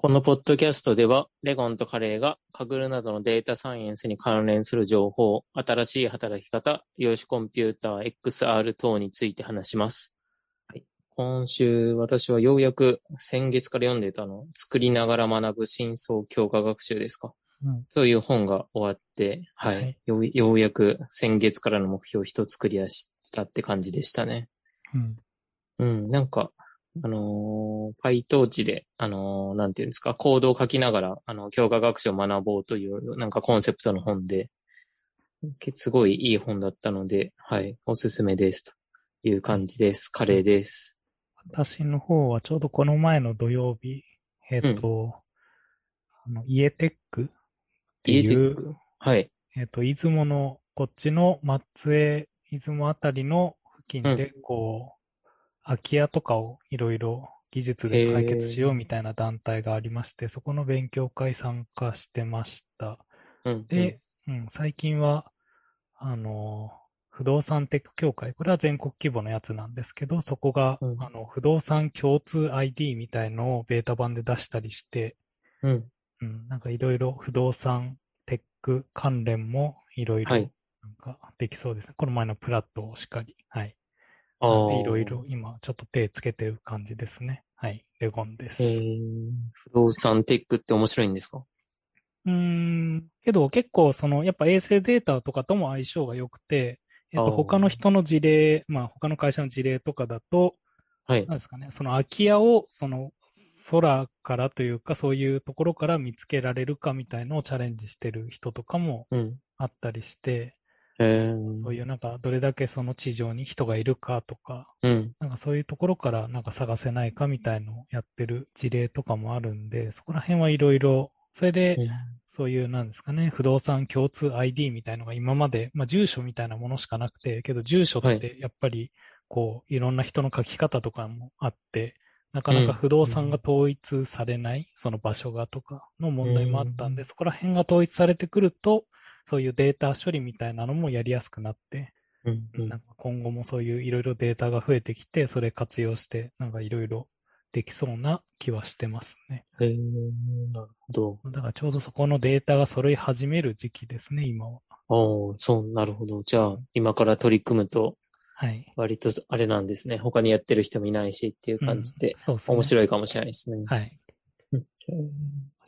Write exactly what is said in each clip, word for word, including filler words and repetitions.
このポッドキャストでは、レゴンとカレーがカグルなどのデータサイエンスに関連する情報、新しい働き方、量子コンピューター、エックスアール 等について話します。はい、今週、私はようやく先月から読んでいたの、作りながら学ぶ深層強化学習ですか。うん、という本が終わって、はい、はい、よう、ようやく先月からの目標を一つクリアしたって感じでしたね。うん。うん、なんか、あのー、PyTorch で、あのー、なんていうんですか、コードを書きながら、あの、強化学習を学ぼうという、なんかコンセプトの本で、すごいいい本だったので、はい、おすすめですという感じです。カレーです。 私の方はちょうどこの前の土曜日、えっ、ー、と、うん、あの、イエテックっていう、イエテックはい。 えっ、ー、と、出雲の、こっちの松江、出雲あたりの付近で、こう、うん、空き家とかをいろいろ技術で解決しようみたいな団体がありまして、そこの勉強会参加してました。 うん、 で、うん、最近は、あの、不動産テック協会、これは全国規模のやつなんですけど、そこが、うん、あの不動産共通 アイディー みたいのをベータ版で出したりして、うん、うん、なんかいろいろ不動産テック関連もいろいろなんかできそうですね。はい、この前のプラットをしっかり。はい。なんでいろいろ今ちょっと手つけてる感じですね。はい。レゴンです。 えー、不動産テックって面白いんですか？ うーん、けど結構そのやっぱ衛星データとかとも相性が良くて、えっと他の人の事例、まあ他の会社の事例とかだと、はい。なんですかね、その空き家をその空からというかそういうところから見つけられるかみたいのをチャレンジしてる人とかもあったりして、うん、そういうなんかどれだけその地上に人がいるかとか、うん、なんかそういうところからなんか探せないかみたいのをやってる事例とかもあるんで、そこら辺はいろいろそれで、そういう、なんですかね、不動産共通 アイディー みたいのが今まで、まあ、住所みたいなものしかなくて、けど住所ってやっぱり、こう、いろんな人の書き方とかもあって、なかなか不動産が統一されない、その場所がとかの問題もあったんで、そこら辺が統一されてくると、そういうデータ処理みたいなのもやりやすくなって、なんか今後もそういういろいろデータが増えてきて、それ活用して、なんかいろいろできそうな気はしてますね。 へえ、なるほど。 だからちょうどそこのデータが揃い始める時期ですね、今は。 おー、そう、なるほど。じゃあ、今から取り組むと、はい。割とあれなんですね。他にやってる人もいないしっていう感じで、うん、そうですね。面白いかもしれないですね。はい。はい。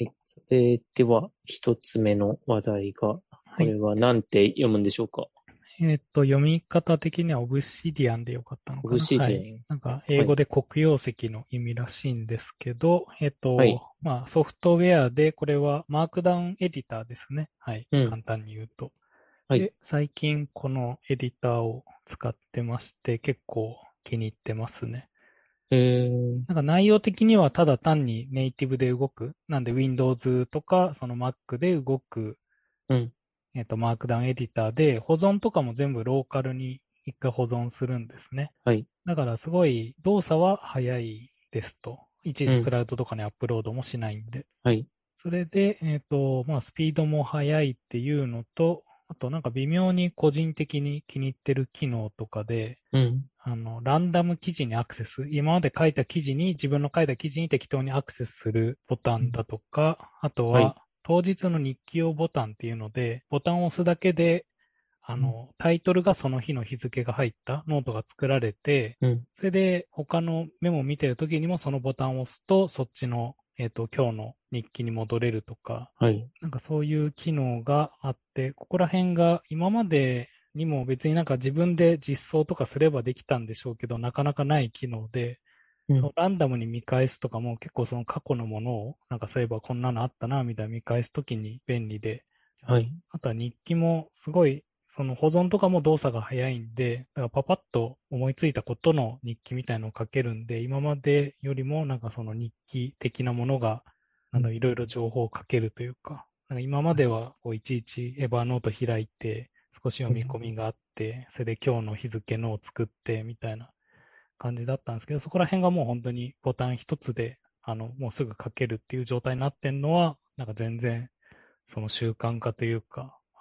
それでは、一つ目の話題が、これは何て読むんでしょうか？ えっと、読み方的にはオブシディアンでよかったのかな。オブシディアン。はい。なんか、英語で黒曜石の意味らしいんですけど、はい、えっと、はい、まあ、ソフトウェアで、これはマークダウンエディターですね。はい。うん、簡単に言うと。はい。で、最近このエディターを使ってまして、結構気に入ってますね。 へなんか内容的にはただ単にネイティブで動く。なんで Windows とか、その Mac で動く。うん。えっと、マークダウンエディターで、保存とかも全部ローカルに一回保存するんですね。はい。だからすごい動作は早いですと。いちいちクラウドとかにアップロードもしないんで。うん、はい。それで、えっと、まあ、スピードも速いっていうのと、あとなんか微妙に個人的に気に入ってる機能とかで、うん、あの、ランダム記事にアクセス。今まで書いた記事に、自分の書いた記事に適当にアクセスするボタンだとか、あとは、はい、当日の日記用ボタンっていうので、ボタンを押すだけで、あの、タイトルがその日の日付が入ったノートが作られて、うん、それで他のメモを見てるときにもそのボタンを押すと、そっちの、えっと、今日の日記に戻れるとか、はい、なんかそういう機能があって、ここら辺が今までにも別になんか自分で実装とかすればできたんでしょうけど、なかなかない機能で、うん、そのランダムに見返すとかも結構その過去のものを、なんかそういえばこんなのあったな、みたいな見返すときに便利で、はい。あとは日記もすごい、その保存とかも動作が早いんで、だからパパッと思いついたことの日記みたいのを書けるんで、今までよりもなんかその日記的なものが、あの、いろいろ情報を書けるというか、なんか今まではこういちいちエヴァノート開いて、少し読み込みがあって、それで今日の日付のを作ってみたいな感じだったんですけど、そこら辺がもう本当にボタン一つで、あの、もうすぐ書けるっていう状態になってんのは、なんか全然、その習慣化というか、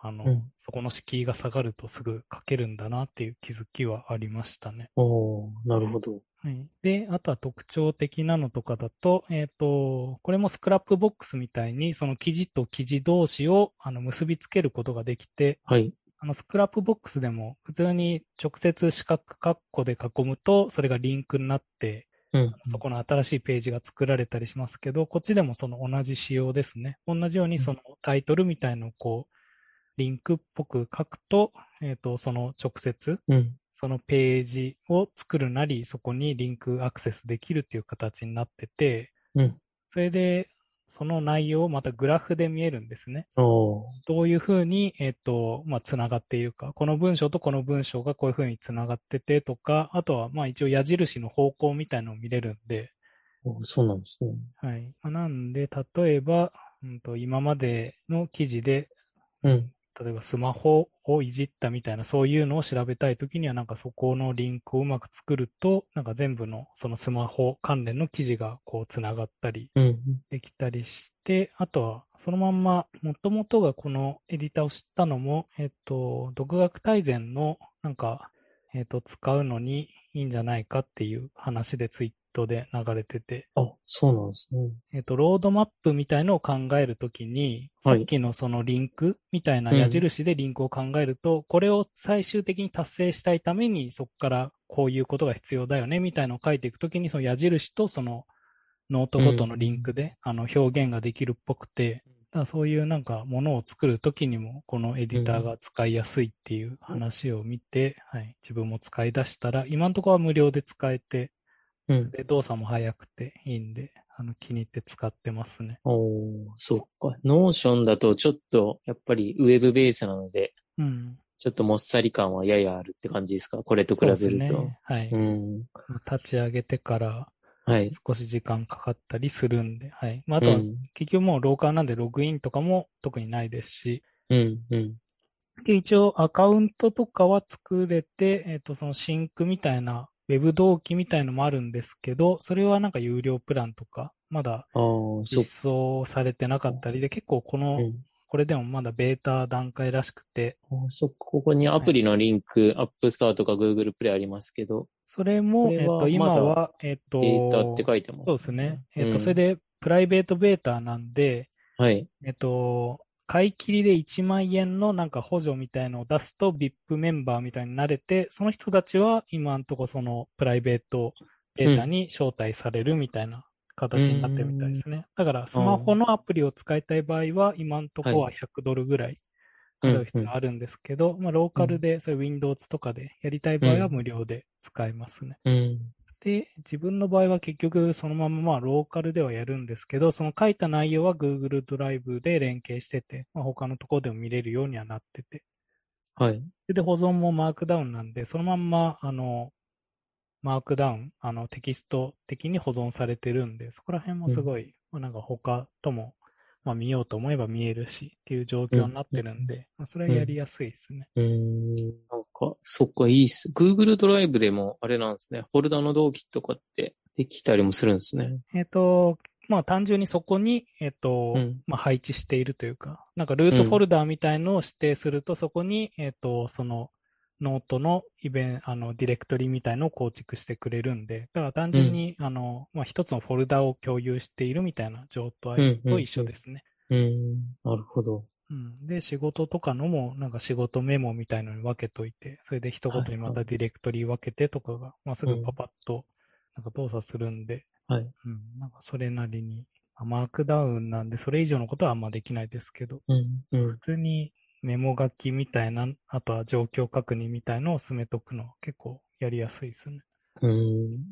あの、 うん、 そこの敷居が下がるとすぐ書けるんだなっていう気づきはありましたね。 おー、なるほど。 はい。で、あとは特徴的なのとかだと、えっと、これもスクラップボックスみたいに、その生地と生地同士をあの結びつけることができて、 はい。 あのスクラップボックスでも普通に直接四角括弧で囲むと、それがリンクになって、 うん、 そこの新しいページが作られたりしますけど、こっちでもその同じ仕様ですね。同じようにそのタイトルみたいのをこう、リンクっぽく書くと、えっと、その直接、 うん、 そのページを作るなり、そこにリンクアクセスできるっていう形になってて、 うん。 それで、その内容をまたグラフで見えるんですね。 おー、 どういうふうに、えっと、まあ、つながっているか。この文章とこの文章がこういうふうにつながっててとか、あとは、まあ、一応矢印の方向みたいなのを見れるんで、 おーそうなんですね。 はい。まあ、なんで、例えば、うんと、今までの記事で、うん、 うん、 例えばスマホをいじったみたいな、そういうのを調べたいときには、なんかそこのリンクをうまく作ると、なんか全部のそのスマホ関連の記事がこうつながったりうん、 できたりして、あとはそのまんま、もともとがこのエディターを知ったのも、えっと、独学大全のなんか、えっと、使うのにいいんじゃないかっていう話でツイートで流れてて、 あ、そうなんですね。 えっと、ロードマップみたいのを考えるときに、さはい。 っきのそのリンクみたいな矢うん、 印でリンクを考えると、これを最終的に達成したいために、そこからこういうことが必要だよね、みたいなのを書いていくときに、その矢印とそのノートうごとのリンん、 クで、あの、表現ができるっぽくて、だからそういうなんかものを作るときにも、このエディターうん、 が使いやすいっていう話を見て、はい、自分も使い出したら、今のところは無料で使えて、 うん。 それで動作も早くていいんで、あの、気に入って使ってますね。 おー、そっか。ノーションだとちょっと、やっぱりウェブベースなので、 うん。 ちょっともっさり感はややあるって感じですか？これと比べそうですると。 ね。はうい。 ん。 立ち上げてからはい。 少し時間かかったりするんで、はい。まあ、あとはうん。 結局もうローカーなんでログインとかも特にないですし、 うん。うん。 で、一応アカウントとかは作れて、えっと、そのシンクみたいな、ウェブ同期みたいのもあるんですけど、それはなんか有料プランとか、まだああ、そっ実装されてなかったりで、結構この、 うん。 これでもまだベータ段階らしくて、 あーそっか、ここにアはい。 プリのリンク、App Store とか Google プレイありますけど、 それも、 これえっと、 はまだ今は、えっベータってと、 書いてまそうすね。 ですね。えっと、それうん。 で、プライベートベータなんで、 はい。 えっと、買い切りでいちまん円のなんか補助みたいのを出すと ブイアイピー メンバーみたいになれて、その人たちは今んとこそのプライベートベータうん。 に招待されるみたいなうー形になってるみたいでん。 すね。だからスマホああ、 のアプリを使いたい場合は今んとはい。 こはひゃくドルぐらい払ううん。うん。 必要あるんですけど、まあローカルうん。 でそういう Windows とかでやりたいうん。 場合は無料で使えますね。 うん。 で、自分の場合は結局そのまままあローカルではやるんですけど、その書いた内容は Google ドライブで連携してて、まあ、他のところでも見れるようにはなってて。 はい。 で、保存もマークダウンなんで、そのまんま、あの、マークダウン、あの、テキスト的に保存されてるんで、そこら辺もうん。 すごい、まあ、なんか他とも、まあ見ようと思えば見えるしっていう状うん。 況になってるんで、まあ、それはうん。 やりやすいですね。 うーん。なんか、そっか、いいっす。Google ドライブでも、あれなんですね。フォルダの同期とかってできたりもするんですね。 えっと、まあ単純にそこに、えっと、 うん。 まあ配置しているというか、なんかルーうん。 トフォルダーみたいのを指定すると、そこに、えっと、そのノートのイベント、あの、ディレクトリみたいのを構築してくれるんで、だから単うん。 純に、あの、まあ一つのフォルダを共有しているみたいな状態うん。うと一ん。うん。 緒ですね。 うん。なるほど。 うん。で、仕事とかのも、なんか仕事メモみたいのに分けといて、それで一はい。 言にまはい。 たディレクトリ分けてとかが、まあすうん。 ぐパパッと、なんか動作するんで、 はい。 うん、なんかそれなりに、マークダウンなんで、それ以上のことはあんまできないですけど、 うん。うん。 普通にメモ書きみたいな、あとは状況確認みたいのを進めとくの結構やりやすいですね。 うん。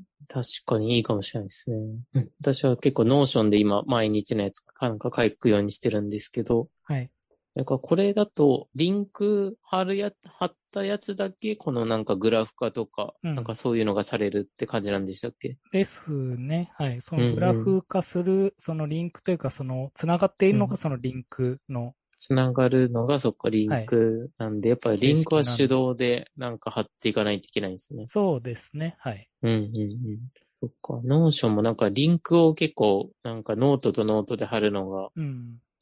確かにいいかもしれないですね。うん。私は結構ノーションで今毎日のやつなんか書くようにしてるんですけど、 はい。 なんかこれだと、リンク貼るや、貼ったやつだけ、このなんかグラフ化とか、 うん。 なんかそういうのがされるって感じなんでしたっけ？ ですね。はい。そうんのグラうん。 フ化する、そのリンクというか、その、つながっているのがうん。 そのリンクの、 つながるのがそっかリンはい、 クなんで、やっぱりリ形ンクは手式なんで。 動でなんか貼っていかないといけないんですね。 そうですね。はい。 うんうんうん。そっか。ノーションもなんかリンクを結構なんかノートとノートで貼るのがうん。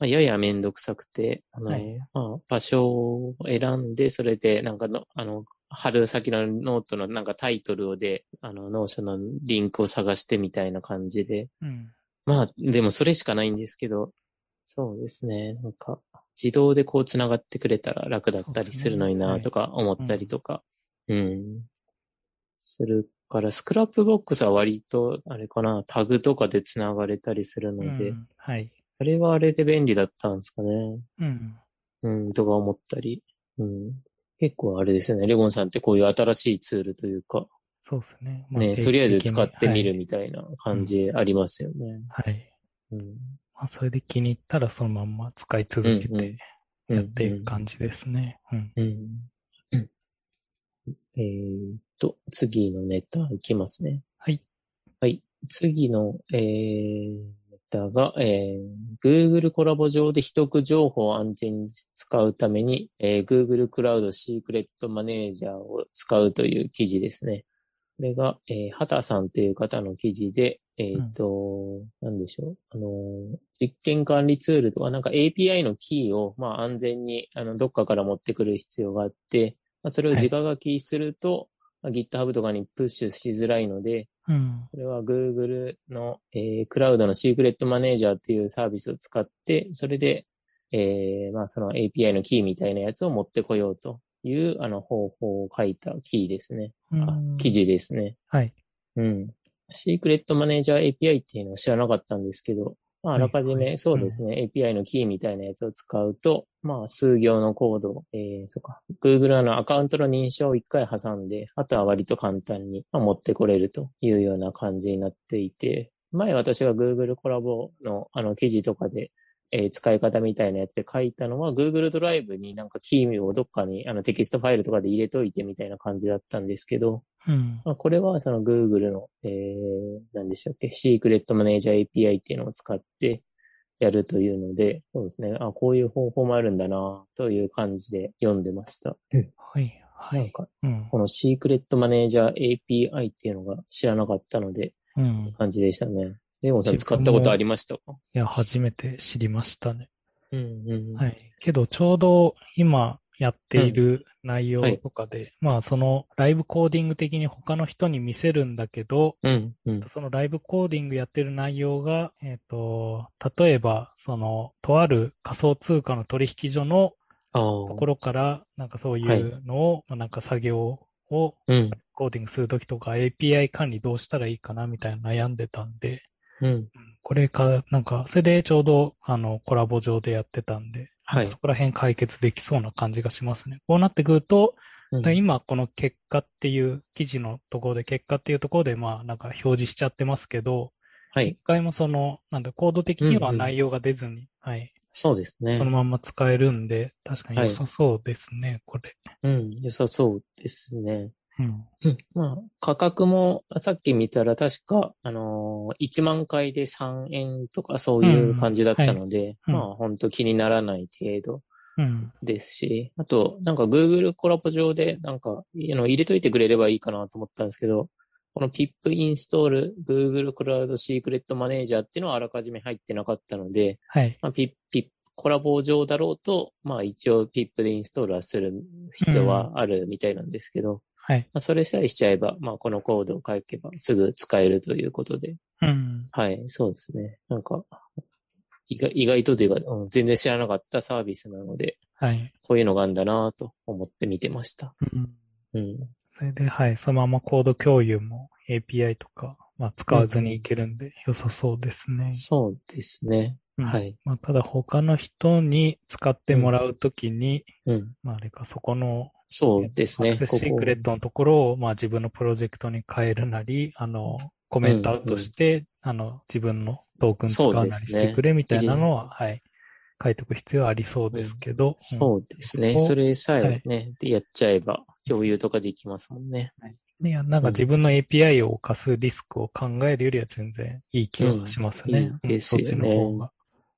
まあ、ややめんどくさくて、あの、はい、まあ、場所を選んで、それで、なんかの、あの、貼る先のノートのなんかタイトルをで、あの、ノーションのリンクを探してみたいな感じで。 うん、 まあ、でもそれしかないんですけど、そうですね。なんか、自動でこう繋がってくれたら楽だったりするのになとか思ったりとか、う、ねはい、うん。するから、スクラップボックスは割と、あれかな、タグとかで繋がれたりするので、うん、 はい。 あれはあれで便利だったんですかね。 うん。 うん、とか思ったり。うん。結構あれですよね。レゴンさんってこういう新しいツールというか。 そうですね。まあ、 ね、とりあえず使ってみるみたいな感じありますよね。 はい。 うん、 まあ、それで気に入ったらそのまんま使い続けてやっていく感じですね。うん。 うんうん、えーっと、次のネタいきますね。 はい。 はい。次の、えー、ネタが、えー、Google コラボ上で秘匿情報を安全に使うために、えー、Google クラウドシークレットマネージャーを使うという記事ですね。これが、えー、畑さんという方の記事で、えっ、ー、と、うん、なんでしょう。あの、実験管理ツールとか、なんか エーピーアイ のキーを、まあ安全に、あの、どっかから持ってくる必要があって、まあ、それを直書きすると、はい、GitHub とかにプッシュしづらいので、 うん、 これは Google の、えー、クラウドのシークレットマネージャーというサービスを使って、それで、えー、まあその エーピーアイ のキーみたいなやつを持ってこようという、あの、方法を書いたキーですね。あ、記事ですね。 はい。 うん。シークレットマネージャー エーピーアイ っていうのを知らなかったんですけど、まあ、あらかじめ、はいはい、そうですね、うん、エーピーアイ のキーみたいなやつを使うと、まあ、数行のコード、えー、そっか、Google のアカウントの認証を一回挟んで、あとは割と簡単に持ってこれるというような感じになっていて、前私が Google コラボのあの記事とかで、えー、使い方みたいなやつで書いたのは Google ドライブになんかキーをどっかにあのテキストファイルとかで入れといてみたいな感じだったんですけど、 うんまあ、これはその Google の、えー、何でしたっけ、シークレットマネージャー エーピーアイ っていうのを使ってやるというので、そうですね。あ、こういう方法もあるんだなという感じで読んでました。 はい、はい。 なんか、うん、このシークレットマネージャー エーピーアイ っていうのが知らなかったので、うん、感じでしたね。レオンさん使ったことありましたか？ いや、初めて知りましたね。 うんうん、 はい。けど、ちょうど今やっている内容とかで、うんはい、まあ、そのライブコーディング的に他の人に見せるんだけど、 うんうん、 そのライブコーディングやってる内容が、えっと、例えば、その、とある仮想通貨の取引所のところから、なんかそういうのを、はい、なんか作業をコーディングするときとか、うん、エーピーアイ 管理どうしたらいいかなみたいな悩んでたんで、 うん、 これか、なんか、それでちょうど、あの、コラボ上でやってたんで、はい、そこら辺解決できそうな感じがしますね。こうなってくると、うん、今この結果っていう記事のところで、結果っていうところで、まあなんか表示しちゃってますけど、はい。一回もその、なんだ、コード的には内容が出ずに、うんうん、はい。 そうですね。 そのまんま使えるんで、確かに良さそうですね、はい、これ。 うん、良さそうですね。うん。まあ、価格もさっき見たら確か、あのー、いちまん回でさんえんとかそういう感じだったので、うんはいうん、まあ本当気にならない程度ですし、うん、あと、なんか Google コラボ上でなんか、入れといてくれればいいかなと思ったんですけど、この ピップ インストール Google クラウドシークレットマネージャーっていうのはあらかじめ入ってなかったので、はい。まあ、ピッピッコラボ上だろうと、まあ一応 ピップ でインストールはする必要はあるみたいなんですけど、うん、はい。まあ、それさえしちゃえば、まあこのコードを書けばすぐ使えるということで、うん。はい、そうですね。なんか、意外意外とというか、うん、全然知らなかったサービスなので、はい。こういうのがあるんだなと思って見てました。うん。 うん。それで、はい、そのままコード共有も エーピーアイ とか、まあ、使わずにいけるんで良さそうですね。 うん、そうですね。うん、はい。 まあ、ただ他の人に使ってもらうときに、うん、まあ、あれか、そこの、 そうですね。 アクセスシークレットのところを、まあ、自分のプロジェクトに変えるなり、あの、コメントアウトして、うんうん、あの、自分のトークン使うなりしてくれみたいなのは、ね、はい。書いておく必要はありそうですけど。うん、 そうですね。それさえね、はい、でやっちゃえば、共有とかできますもんね。 はい、いや、なんか自分の エーピーアイ を貸すリスクを考えるよりは全然いい気はしますね。 うん、いいですよね。 うん、そっちの方が。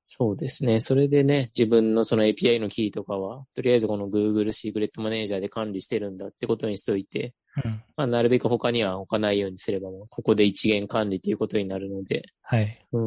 そうですね。それでね、自分のその エーピーアイ のキーとかは、とりあえずこの Google シークレットマネージャーで管理してるんだってことにしておいて、 うん。 まあ、なるべく他には置かないようにすれば、ここで一元管理ということになるので、 はい。 うん、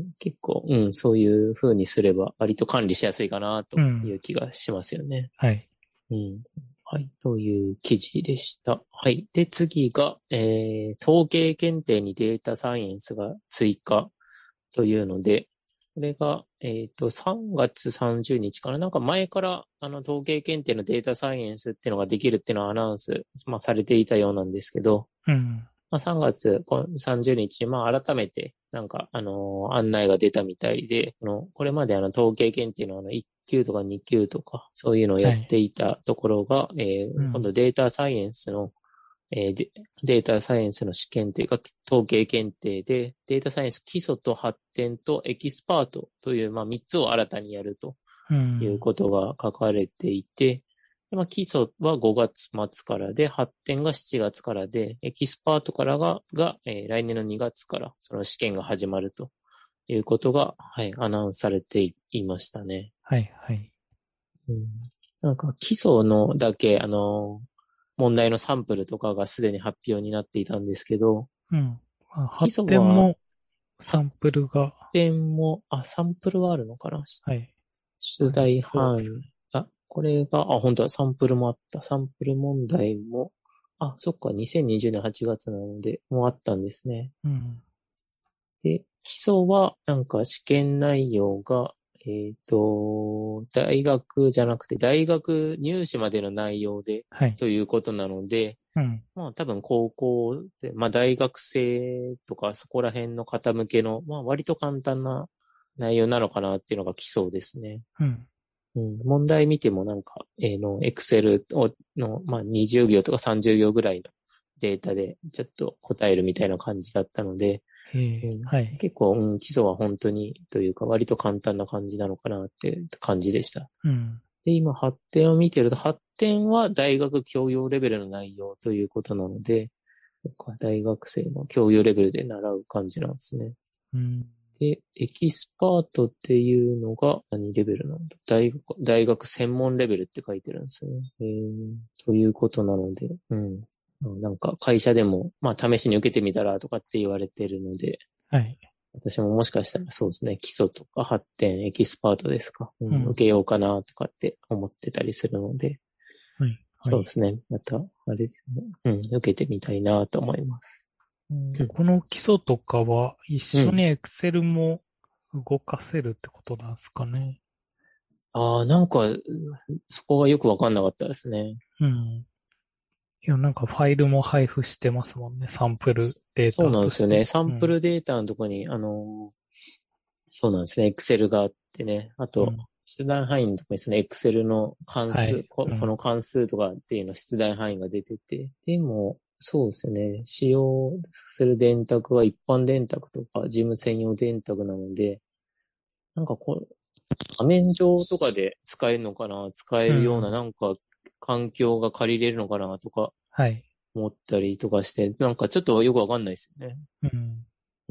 結構、うん、そういう風にすれば、割と管理しやすいかなという気がしますよね。 うん、はい。 うん。はい。という記事でした。はい。で、次が、えー、統計検定にデータサイエンスが追加というので、これが、えっと、さんがつさんじゅうにちかな。なんか前から、あの、統計検定のデータサイエンスっていうのができるっていうのをアナウンス、まあ、されていたようなんですけど、 うん。 まあ、さんがつさんじゅうにちに、まあ、改めて、なんか、あのー案内が出たみたいで、この、これまであの、統計検定のあの、いっ級とかに級とか、そういうのをやっていたところが、えーうん、 今度データサイエンスの、えーデ、データサイエンスの試験というか、統計検定で、データサイエンス基礎と発展とエキスパートという、まあ、みっつを新たにやるということが書かれていて、まあ、基礎はごがつ末からで、発展がしちがつからで、エキスパートからが、が、えー来年のにがつからその試験が始まるということが、はい、アナウンスされていましたね。 はい、はい。 うん、なんか基礎のだけ、あの、問題のサンプルとかがすでに発表になっていたんですけど、 うん。あ、 基発礎は、 展もサンプルが、 発展も、あ、サンプルはあるのかな、 はい。 出あり題範囲。 そうですね。 あ、これが、あ、本当だ、サンプルもあった。サンプル問題も、あ、そっか、にせんにじゅうねんはちがつなので、もうあったんですね。 うん。 で、基礎は、なんか試験内容が、えっと、大学じゃなくて、大学入試までの内容で、 はい。 ということなので、 うん。 まあ多分高校で、まあ大学生とかそこら辺の方向けの、まあ割と簡単な内容なのかなっていうのが基礎ですね。 うん。 うん、問題見てもなんか、えーの、エクセルの、まあ、にじゅうびょうとかさんじゅうびょうぐらいのデータでちょっと答えるみたいな感じだったので、 えーうん、 はい。 結構、うん、基礎は本当にというか割と簡単な感じなのかなって感じでした。 うん。 で、今発展を見てると、発展は大学教養レベルの内容ということなので、大学生の教養レベルで習う感じなんですね。 うん。 で、エキスパートっていうのが何レベルなんだ大学、大学専門レベルって書いてるんですね。えー、ということなので、うん。なんか会社でも、まあ試しに受けてみたらとかって言われてるので、 はい。 私ももしかしたらそうですね、基礎とか発展、エキスパートですか、うん、 うん。 受けようかなとかって思ってたりするので、 はい。はい。 そうですね、また、あれですね、うん、受けてみたいなと思います。 この基礎とかは一うん。 緒に Excel も動かせるってことなんですかね。 ああ、なんか、そこがよくわかんなかったですね。 うん。いや、なんかファイルも配布してますもんね。サンプルデーそうタとして。 なんですよね。サうん。 ンプルデータのとこに、あのそうなんですね。Excel があってね。あと、 うん。 出題範囲のとこにその Excel の関数、 はい。 こ、このうん。 関数とかっていうの出題範囲が出てて。でも、そうですね。使用する電卓は一般電卓とか事務専用電卓なので、なんかこう、画面上とかで使えるのかな使えるようなうん。 なんか環境が借りれるのかなとかはい。 思ったりとかして、なんかちょっとよくわかんないですよね。 うん。 うん。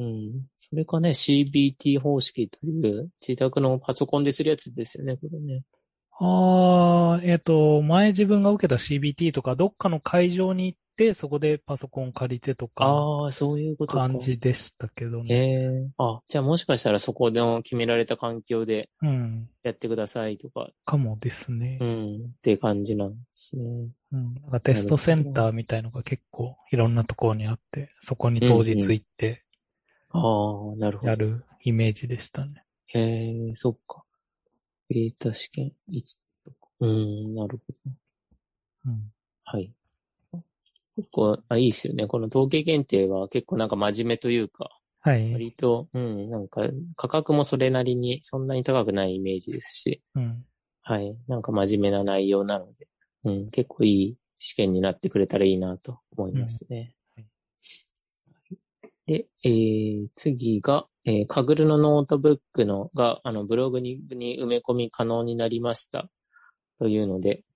それかね、シービーティー 方式という自宅のパソコンでするやつですよね、これね。 ああ、えっと、前自分が受けた シービーティー とか、どっかの会場に行って、そこでパソコン借りてとかのああ、そういうことか。 感じでしたけどへね。 え。あ、じゃあもしかしたらそこの決められた環境でうん。 やってくださいとか、 かもですうね。 ん、って感じなんですね。 うん。なんかテなストセるほど。 ンターみたいのが結構いろんなところにあって、そこにうん、 当日うん。 行ってああ、なるほど。 やるイメージでしたね。 へえ、そっか。ベータ試験、いつとか。うん、なるほど。 うん。 はい。結構、あ、いいですよね。この統計検定は結構なんか真面目というか、 はい。 割と、うん、なんか価格もそれなりにそんなに高くないイメージですし、 うん。 はい。なんか真面目な内容なので、うん、結構いい試験になってくれたらいいなと思いうん。 ますね。 はい。 で、えー、次が、えー、カグルのノートブックのが、あの、ブログに、に埋め込み可能になりましたというので、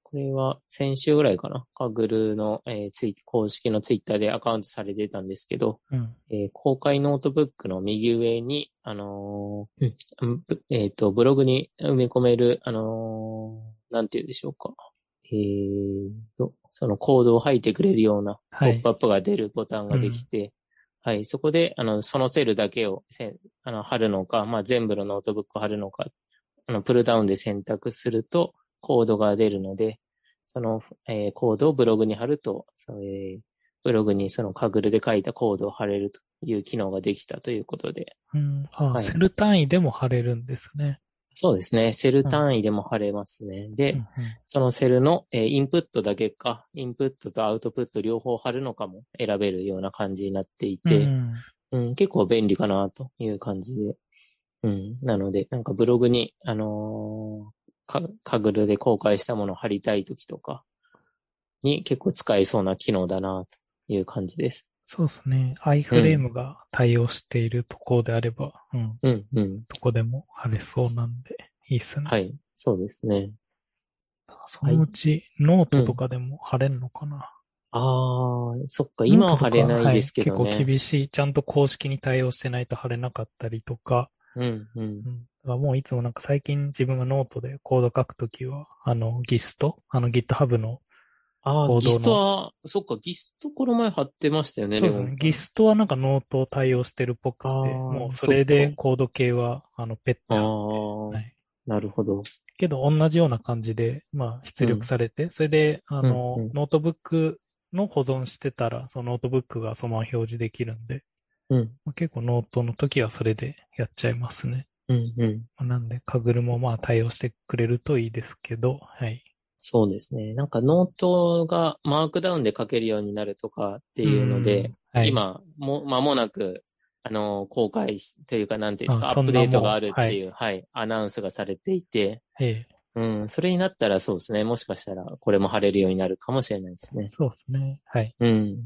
これは先週ぐらいかな。カグルの、えー、ツイ公式のツイッターでアカウントされてたんですけど、 うんえー公開ノートブックの右上に、あのーうんぶえっと、ブログに埋め込める、あのーなんて言うんでしょうか。えーと、そのコードを吐いてくれるようなはい。 ポップアップが出るボタンができうんて、はい、そこで、あの、そのセルだけをせんあの貼るのか、まあ、全部のノートブックを貼るのか、あの、プルダウンで選択するとコードが出るので、その、えーコードをブログに貼ると、そえーブログにそのカグルで書いたコードを貼れるという機能ができたということで、 うん。ああ、 はい。 セル単位でも貼れるんですね。 そうですね。セルうん。 単位でも貼れますね。で、 うん、うん。 そのセルの、えーインプットだけか、インプットとアウトプット両方貼るのかも選べるような感じになっていて、 うん。 うん、結構便利かなという感じで。うん。なので、なんかブログに、あのーか、カグルで公開したものを貼りたいときとかに結構使えそうな機能だなという感じです。 そうですね。 うん。 iFrame が対応しているところであれば、うん。 うん、うん。 どこでも貼れそうなんで、いいっすね。 はい。そうですね。 そはい。 のうち、ノートとうん。 かでも貼れるのかな。 ああ、そっか。 ノー今は貼れトとか、はい、 ないですけ結構どね。 厳しい。ちゃんと公式に対応してないと貼れなかったりとか、 うん、うん。 うん。だからもういつもなんか最近自分がノートでコード書くときは、あの、ギスト、あの GitHub のああ、ギストコードの、 は、そっか、ギストこの前貼ってましたよね、 そうですね。 レゴンさん。 ギストはなんかノートを対応してるっぽくて、 ああ、 もうそれそっか。 でコード系は、あの、ペッあて貼って、 あ、 はい。 なるほど。 けど同じような感じで、まあ出力うん、 されて、それで、あうん、うの、 ん、 ノートブックの保存してたら、そのノートブックがそのまま表示できるんで、 うん、 まあ、結構ノートの時はそれでやっちゃいますね。 うん、うん。 まあなんで、カグルもまあ対応してくれるといいですけど、はい。 そうですね。なんかノートがマークダウンで書けるようになるとかってういうので、 ん、はい。 今、も、間もなく、あの、公開し、というか、なんていうんですあ、 か、アッそんプデートがあなもう、はい。 るっていう、はい、アナウンスがされていて、 ええ、 うん、それになったらそうですね。もしかしたら、これも貼れるようになるかもしれないですね。 そうですね。はい。 うん。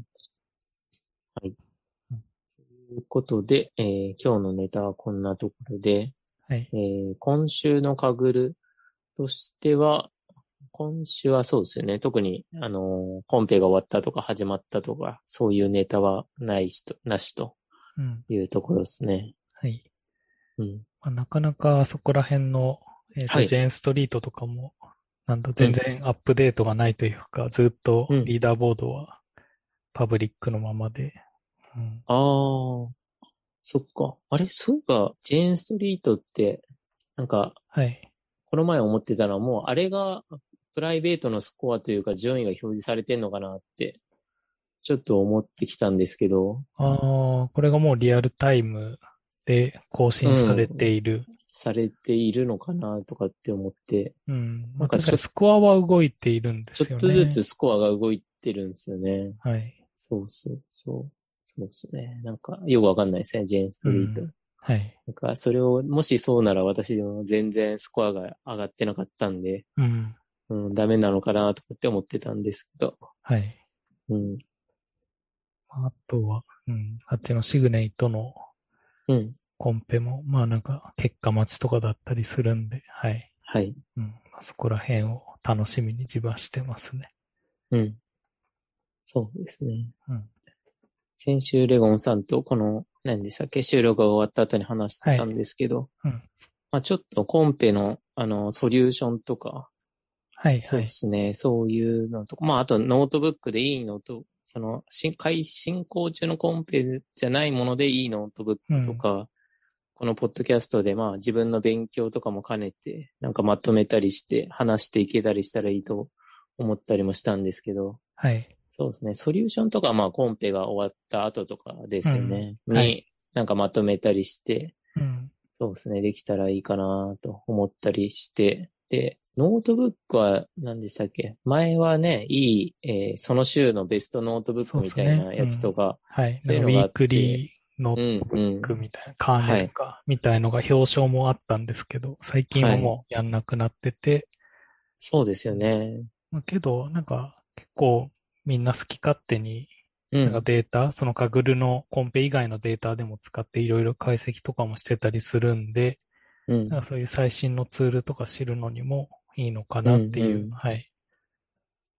はい。 うん、 ということで、えー今日のネタはこんなところで、 はい。 えー今週のカグルとしては、今週はそうですよね。特に、あのーコンペが終わったとか始まったとか、そういうネタはないしと、なしとうん。 いうところですね。 はい。 うん。 まあ、なかなかそこら辺の、えっと、 はい。 ジェーンストリートとかも、なんだ、全うん。 然アップデートがないというか、ずっとうん。 リーダーボードはパブリックのままで、うん。 ああ、そっか。あれ、そういえば、ジェーンストリートって、なんか、 はい。 この前思ってたのは、もう、あれが、プライベートのスコアというか、順位が表示されてんのかなって、ちょっと思ってきたんですけど、 ああ、これがもうリアルタイムで更新されてうん。 いる。 されているのかなとかって思って、 うん。まあ、 なんかちょ、 確かにスコアは動いているんでちょっすよね。 とずつスコアが動いてるんですよね。 はい。 そうそうそう。そうですね。なんか、よくわかんないですね、ジェーンストリート。 うん。はい。 なんか、それを、もしそうなら私でも全然スコアが上がってなかったんで、 うん。 うん、ダメなのかなとかって思ってたんですけど。 はい。 うん。 あとは、うん。あっちのシグネイトのうん。 コンペも、まあなんか結果待ちとかだったりするんで、はい。 はい。 うん。そこら辺を楽しみに自分はしてますね。 うん。そうですね。 うん。 先週レゴンさんとこの、何でしたっけ、収録が終わった後に話してはい。 たんですけど、 うん。 まあちょっとコンペの、あの、ソリューションとか、 はい、 そうはい。 ですね。そういうのとか、まあ、あとノートブックでいいのと、その、進、開進行中のコンペじゃないものでいいノートブックとうん。 か、このポッドキャストでまあ自分の勉強とかも兼ねて、なんかまとめたりして話していけたりしたらいいと思ったりもしたんですけど、 はい。 そうですね。ソリューションとかはまあコンペが終わった後とかでうん。 すよね。 はい。 に、なんかまとめたりして、 うん。 そうですね。できたらいいかなと思ったりして。で、ノートブックは何でしたっけ？前はね、いい、えーその週のベストノートブッそうクですね。 みたいなうん。 やつとか、 はい。なんかウそういうのがあっィークて、 リーノーうん、 トブッうん。 クみたいな、カーネはい、 ルか、みたいのが表彰もあったんですけど、最近ははい。 もうやんなくなってて、 そうですうん。 よね。 まあ、けど、なんか結構みんな好き勝手になんかうん、 データ、そのカグルのコンペ以外のデータでも使っていろいろ解析とかもしてたりするんで、 うん、 なんかそういう最新のツールとか知るのにもいいのかうん、 なっていう、 うん。 はい。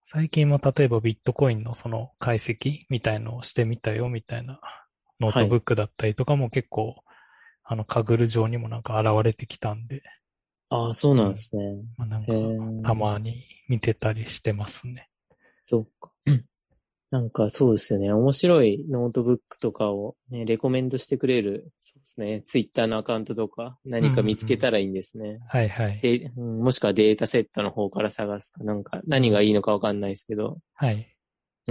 最近も例えばビットコインのその解析みたいのをしてみたよみたいなノートブックだったりとかも結構、はい、あの、カグル上にもなんか現れてきたんで。 ああ、そうなんですね。うん、 まあ、なんか、たまに見てたりしてますね。 そうか。なんかそうですよね。面白いノートブックとかをね、レコメンドしてくれる、そうですね。ツイッターのアカウントとか何か見つけたらいいんですね。 うんうん、はいはい。 で、うん、もしくはデータセットの方から探すか、なんか何がいいのかわかんないですけど。うん、 はい。 うん。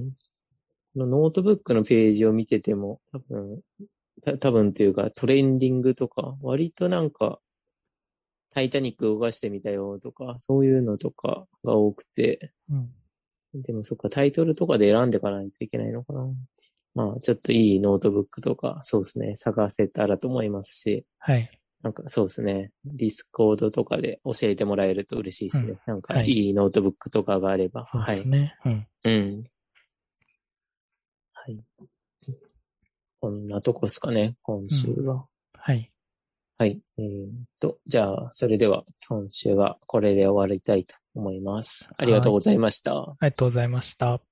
このノートブックのページを見てても、多分、多分っていうかトレンディングとか、割となんか、タイタニック動かしてみたよとか、そういうのとかが多くて、 うんでもそっか、タイトルとかで選んでいかないといけないのかな。まあ、ちょっといいノートブックとか、そうですね、探せたらと思いますし、 はい。 なんかそうですね、ディスコードとかで教えてもらえると嬉しいですね。うん、なんかいいノートブックとかがあれば。 そうですね。 はい。うん。うん。はい。こんなとこですかね、今週は。うん、 はい。 はい。えー、っと、じゃあ、それでは今週はこれで終わりたいと思います。ありがとうございました。 ありがとうございました。